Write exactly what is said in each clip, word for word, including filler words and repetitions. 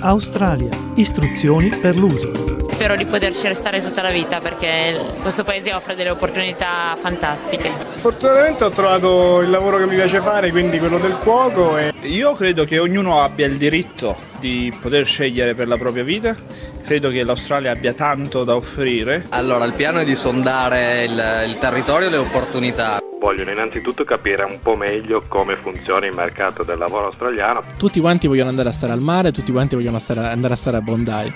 Australia, istruzioni per l'uso. Spero di poterci restare tutta la vita perché questo paese offre delle opportunità fantastiche. Fortunatamente ho trovato il lavoro che mi piace fare, quindi quello del cuoco. E... Io credo che ognuno abbia il diritto di poter scegliere per la propria vita. Credo che l'Australia abbia tanto da offrire. Allora, il piano è di sondare il, il territorio e le opportunità. Vogliono innanzitutto capire un po' meglio come funziona il mercato del lavoro australiano. Tutti quanti vogliono andare a stare al mare, tutti quanti vogliono stare, andare a stare a Bondi.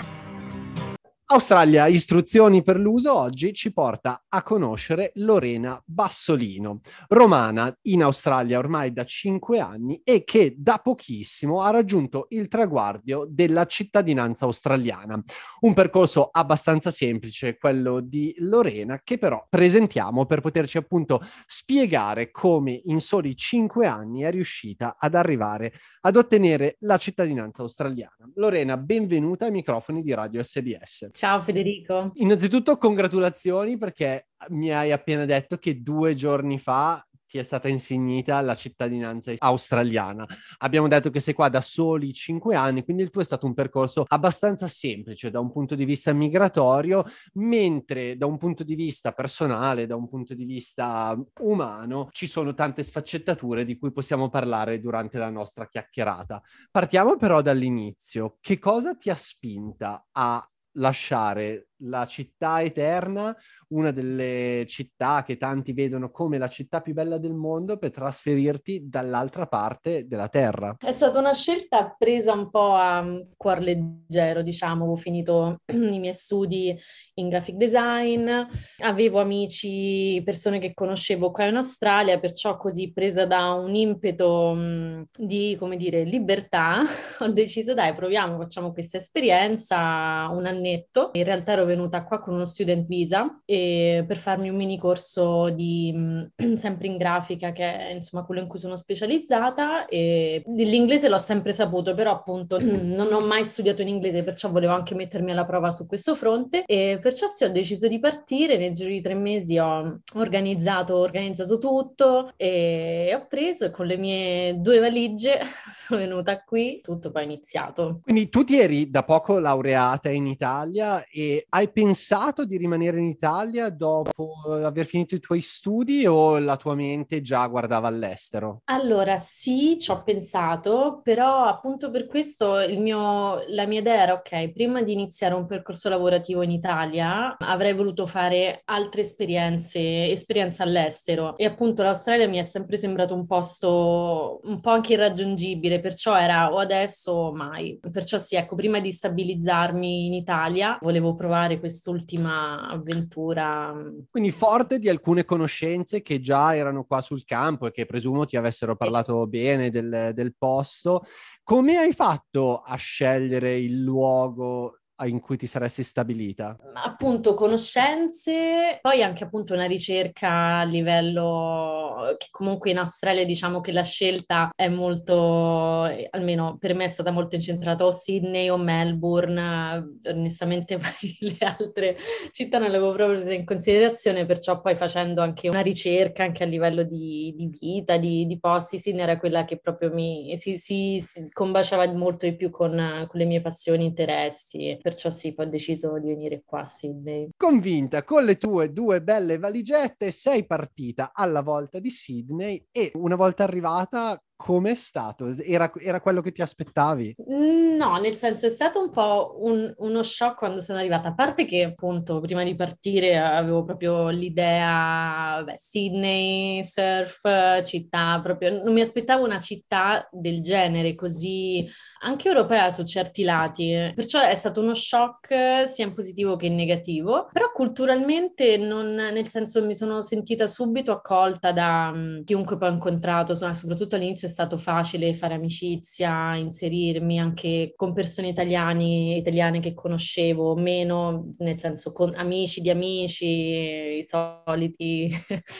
Australia, istruzioni per l'uso, oggi ci porta a conoscere Lorena Bassolino, romana in Australia ormai da cinque anni e che da pochissimo ha raggiunto il traguardo della cittadinanza australiana. Un percorso abbastanza semplice, quello di Lorena, che però presentiamo per poterci appunto spiegare come in soli cinque anni è riuscita ad arrivare ad ottenere la cittadinanza australiana. Lorena, benvenuta ai microfoni di Radio S B S. Ciao Federico. Innanzitutto congratulazioni perché mi hai appena detto che due giorni fa ti è stata insignita la cittadinanza australiana. Abbiamo detto che sei qua da soli cinque anni, quindi il tuo è stato un percorso abbastanza semplice da un punto di vista migratorio, mentre da un punto di vista personale, da un punto di vista umano, ci sono tante sfaccettature di cui possiamo parlare durante la nostra chiacchierata. Partiamo però dall'inizio. Che cosa ti ha spinta a lasciare la città eterna, una delle città che tanti vedono come la città più bella del mondo, per trasferirti dall'altra parte della terra? È stata una scelta presa un po' a cuor leggero, diciamo. Ho finito i miei studi in graphic design, avevo amici, persone che conoscevo qua in Australia, perciò così presa da un impeto mh, di, come dire, libertà, ho deciso dai, proviamo, facciamo questa esperienza un annetto. In realtà ero venuta qua con uno student visa e per farmi un mini corso di mh, sempre in grafica, che è insomma quello in cui sono specializzata, e l'inglese l'ho sempre saputo, però appunto non ho mai studiato in inglese, perciò volevo anche mettermi alla prova su questo fronte e perciò sì, ho deciso di partire. Nel giro di tre mesi ho organizzato, ho organizzato tutto e ho preso con le mie due valigie sono venuta qui, tutto poi è iniziato. Quindi tu ti eri da poco laureata in Italia e hai pensato di rimanere in Italia dopo aver finito i tuoi studi o la tua mente già guardava all'estero? Allora sì, ci ho pensato, però appunto per questo il mio, la mia idea era ok, prima di iniziare un percorso lavorativo in Italia avrei voluto fare altre esperienze, esperienze all'estero e appunto l'Australia mi è sempre sembrato un posto un po' anche irraggiungibile, perciò era o adesso o mai. Perciò sì, ecco, prima di stabilizzarmi in Italia volevo provare quest'ultima avventura. Quindi forte di alcune conoscenze che già erano qua sul campo e che presumo ti avessero parlato bene del, del posto. Come hai fatto a scegliere il luogo in cui ti saresti stabilita? Appunto conoscenze, poi anche appunto una ricerca a livello che comunque in Australia diciamo che la scelta è molto, almeno per me è stata molto incentrata o Sydney o Melbourne, onestamente poi le altre città non le avevo proprio prese in considerazione, perciò poi facendo anche una ricerca anche a livello di, di vita, di, di posti, Sydney era quella che proprio mi si, si, si combaciava molto di più con, con le mie passioni e interessi. Perciò sì, poi ho deciso di venire qua a Sydney. Convinta, con le tue due belle valigette sei partita alla volta di Sydney e una volta arrivata com'è stato? Era, era quello che ti aspettavi? No, nel senso è stato un po' un, uno shock quando sono arrivata, a parte che appunto prima di partire avevo proprio l'idea, beh, Sydney, surf, città, proprio non mi aspettavo una città del genere, così anche europea su certi lati, perciò è stato uno shock sia in positivo che in negativo, però culturalmente non, nel senso mi sono sentita subito accolta da um, chiunque poi ho incontrato, soprattutto all'inizio è stato facile fare amicizia, inserirmi anche con persone italiani, italiane che conoscevo, meno nel senso con amici di amici, i soliti.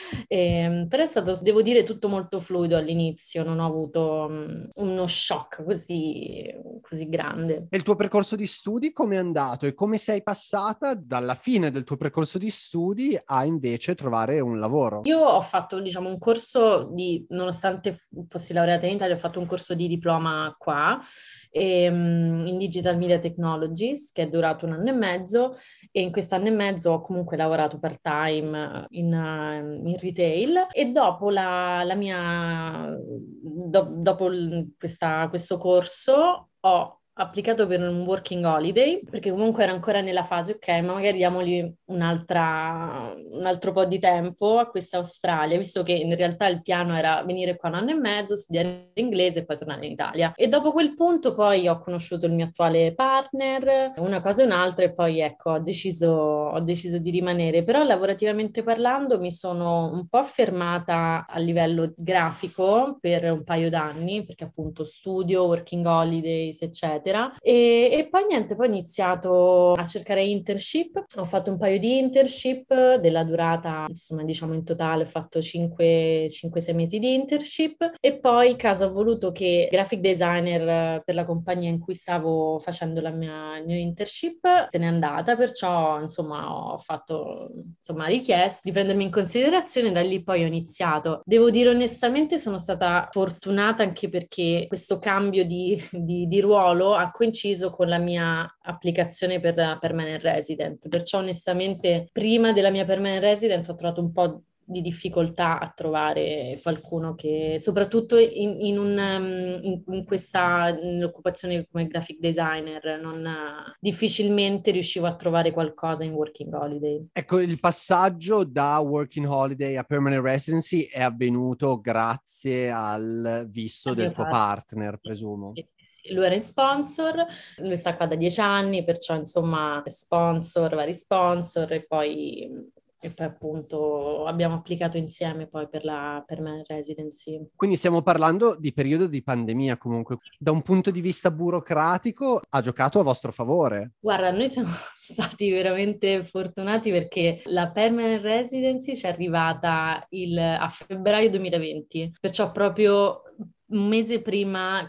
e, però è stato, devo dire, tutto molto fluido all'inizio, non ho avuto um, uno shock così, così grande. E il tuo percorso di studi come è andato e come sei passata dalla fine del tuo percorso di studi a invece trovare un lavoro? Io ho fatto, diciamo, un corso di, nonostante fossi laureata in Italia, ho fatto un corso di diploma qua ehm, in Digital Media Technologies che è durato un anno e mezzo, e in quest'anno e mezzo ho comunque lavorato part-time in, uh, in retail, e dopo la, la mia do, dopo il- questa- questo corso ho applicato per un working holiday, perché comunque ero ancora nella fase, ok, ma magari diamogli un'altra, un altro po' di tempo a questa Australia, visto che in realtà il piano era venire qua un anno e mezzo, studiare inglese e poi tornare in Italia. E dopo quel punto poi ho conosciuto il mio attuale partner, una cosa e un'altra, e poi ecco, ho deciso, ho deciso di rimanere. Però lavorativamente parlando mi sono un po' fermata a livello grafico per un paio d'anni, perché appunto studio, working holidays, eccetera. E, e poi niente, poi ho iniziato a cercare internship, ho fatto un paio di internship della durata, insomma diciamo in totale ho fatto cinque sei mesi di internship, e poi il caso ha voluto che graphic designer per la compagnia in cui stavo facendo la mia, il mio internship se n'è andata, perciò insomma ho fatto insomma richiesta di prendermi in considerazione, da lì poi ho iniziato. Devo dire onestamente sono stata fortunata anche perché questo cambio di, di, di ruolo ha coinciso con la mia applicazione per la permanent resident, perciò onestamente prima della mia permanent resident ho trovato un po' di difficoltà a trovare qualcuno che, soprattutto in, in, un, um, in, in questa in occupazione come graphic designer, non, uh, difficilmente riuscivo a trovare qualcosa in working holiday. Ecco, il passaggio da working holiday a permanent residency è avvenuto grazie al visto Al del mio tuo partner, presumo. Sì, sì, lui era in sponsor, lui sta qua da dieci anni, perciò insomma sponsor, vari sponsor, e poi, e poi appunto abbiamo applicato insieme poi per la permanent residency. Quindi stiamo parlando di periodo di pandemia comunque. Da un punto di vista burocratico ha giocato a vostro favore. Guarda, noi siamo stati veramente fortunati perché la permanent residency ci è arrivata il, a febbraio duemilaventi, perciò proprio un mese prima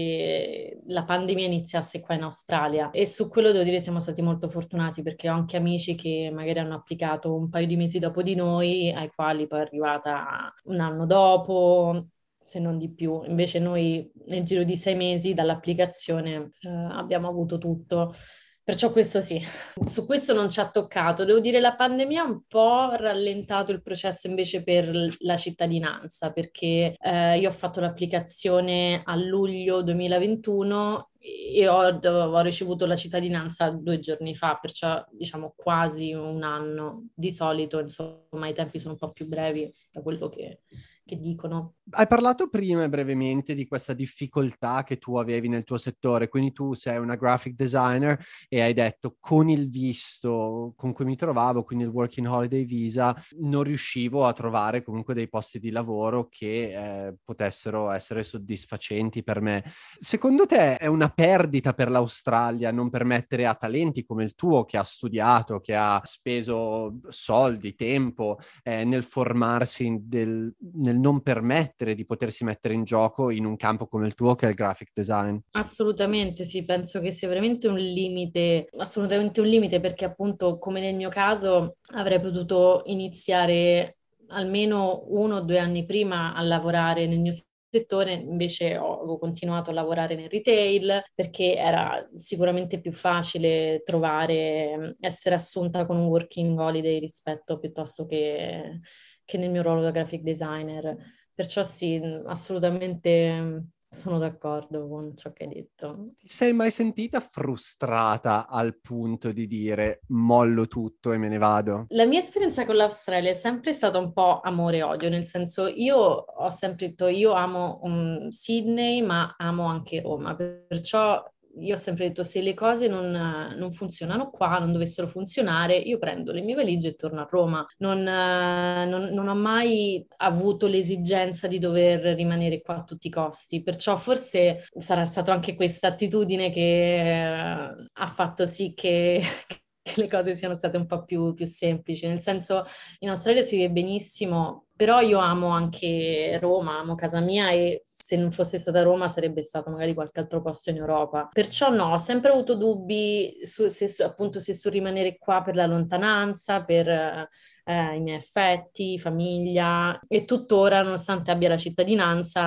che la pandemia iniziasse qua in Australia, e su quello devo dire siamo stati molto fortunati perché ho anche amici che magari hanno applicato un paio di mesi dopo di noi, ai quali poi è arrivata un anno dopo, se non di più. Invece noi nel giro di sei mesi dall'applicazione eh, abbiamo avuto tutto. Perciò questo sì, su questo non ci ha toccato. Devo dire, la pandemia ha un po' rallentato il processo invece per la cittadinanza, perché eh, io ho fatto l'applicazione a luglio duemilaventuno e ho, ho ricevuto la cittadinanza due giorni fa, perciò diciamo quasi un anno. Di solito, insomma, i tempi sono un po' più brevi da quello che, che dicono. Hai parlato prima brevemente di questa difficoltà che tu avevi nel tuo settore, quindi tu sei una graphic designer e hai detto con il visto con cui mi trovavo, quindi il Working Holiday Visa, non riuscivo a trovare comunque dei posti di lavoro che eh, potessero essere soddisfacenti per me. Secondo te è una perdita per l'Australia non permettere a talenti come il tuo, che ha studiato, che ha speso soldi, tempo eh, nel formarsi, in del, nel non permettere di potersi mettere in gioco in un campo come il tuo che è il graphic design? Assolutamente sì, penso che sia veramente un limite, assolutamente un limite, perché appunto come nel mio caso avrei potuto iniziare almeno uno o due anni prima a lavorare nel mio settore, invece ho, ho continuato a lavorare nel retail perché era sicuramente più facile trovare, essere assunta con un working holiday rispetto piuttosto che, che nel mio ruolo da graphic designer. Perciò sì, assolutamente sono d'accordo con ciò che hai detto. Ti sei mai sentita frustrata al punto di dire mollo tutto e me ne vado? La mia esperienza con l'Australia è sempre stata un po' amore e odio, nel senso io ho sempre detto io amo um, Sydney ma amo anche Roma, perciò io ho sempre detto se le cose non, non funzionano qua, non dovessero funzionare, io prendo le mie valigie e torno a Roma. Non, non, non ho mai avuto l'esigenza di dover rimanere qua a tutti i costi, perciò forse sarà stata anche questa attitudine che eh, ha fatto sì che... che le cose siano state un po' più, più semplici, nel senso in Australia si vive benissimo, però io amo anche Roma, amo casa mia e se non fosse stata Roma sarebbe stato magari qualche altro posto in Europa. Perciò no, ho sempre avuto dubbi su, se, appunto se su rimanere qua per la lontananza, per eh, i miei affetti, famiglia, e tuttora, nonostante abbia la cittadinanza,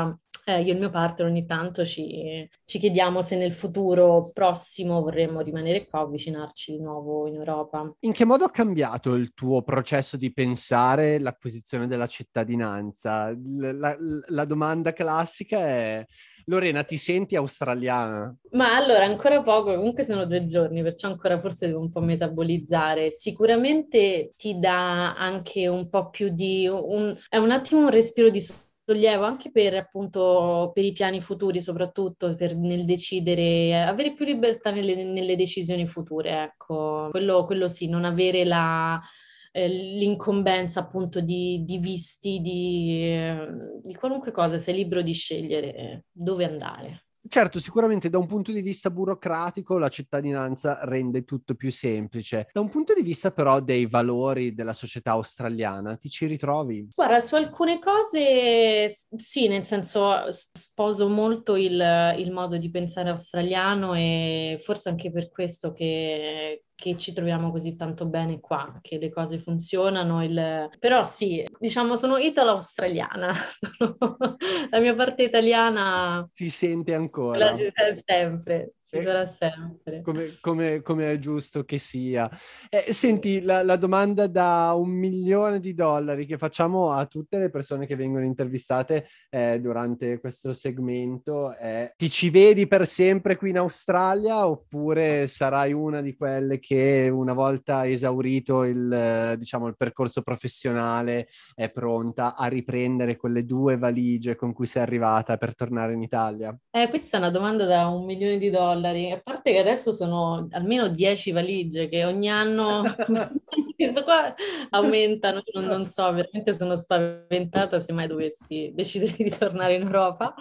Eh, io e il mio partner ogni tanto ci, ci chiediamo se nel futuro prossimo vorremmo rimanere qua o avvicinarci di nuovo in Europa. In che modo ha cambiato il tuo processo di pensare l'acquisizione della cittadinanza? La, la- la domanda classica è: Lorena, ti senti australiana? Ma allora, ancora poco, comunque sono due giorni, perciò ancora forse devo un po' metabolizzare. Sicuramente ti dà anche un po' più di... Un, è un attimo un respiro di sollievo anche per appunto per i piani futuri, soprattutto per nel decidere, avere più libertà nelle, nelle decisioni future, ecco. Quello, quello sì, non avere la... eh, l'incombenza appunto di, di visti, di, eh, di qualunque cosa, sei libero di scegliere dove andare. Certo, sicuramente da un punto di vista burocratico la cittadinanza rende tutto più semplice. Da un punto di vista però dei valori della società australiana, ti ci ritrovi? Guarda, su alcune cose s- sì, nel senso s- sposo molto il, il modo di pensare australiano e forse anche per questo che, che ci troviamo così tanto bene qua, che le cose funzionano. Il... Però sì, diciamo sono italo-australiana, Sono- la mia parte italiana Si sente la ancora. ci sarà sempre, ci Eh, sarà sempre. Come, come- come è giusto che sia. Eh, senti, la, la domanda da un milione di dollari che facciamo a tutte le persone che vengono intervistate eh, durante questo segmento è: ti ci vedi per sempre qui in Australia oppure sarai una di quelle che una volta esaurito il, eh, diciamo, il percorso professionale è pronta a riprendere quelle due valigie con cui sei arrivata per tornare in Italia? Eh, questa è una domanda da un milione di dollari. A parte che adesso sono almeno dieci valigie che ogni anno questo qua aumentano. Non, non so, veramente sono spaventata se mai dovessi decidere di tornare in Europa.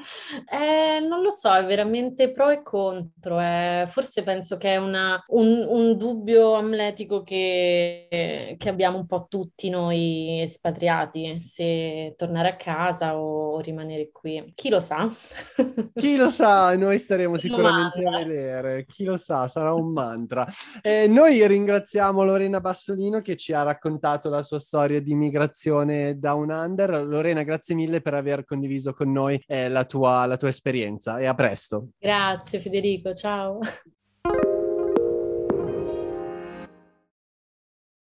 Eh, non lo so, è veramente pro e contro. eh. Forse penso che è una- un, un dubbio amletico che, che abbiamo un po' tutti noi espatriati, se tornare a casa o, o rimanere qui. Chi lo sa? Chi lo sa, noi staremo sicuramente a Domanda. vedere. Chi lo sa, sarà un mantra. Eh, noi ringraziamo Lorena Bassolino che ci ha raccontato la sua storia di migrazione Down Under. Lorena, grazie mille per aver condiviso con noi eh, la tua, la tua esperienza e a presto. Grazie Federico, ciao.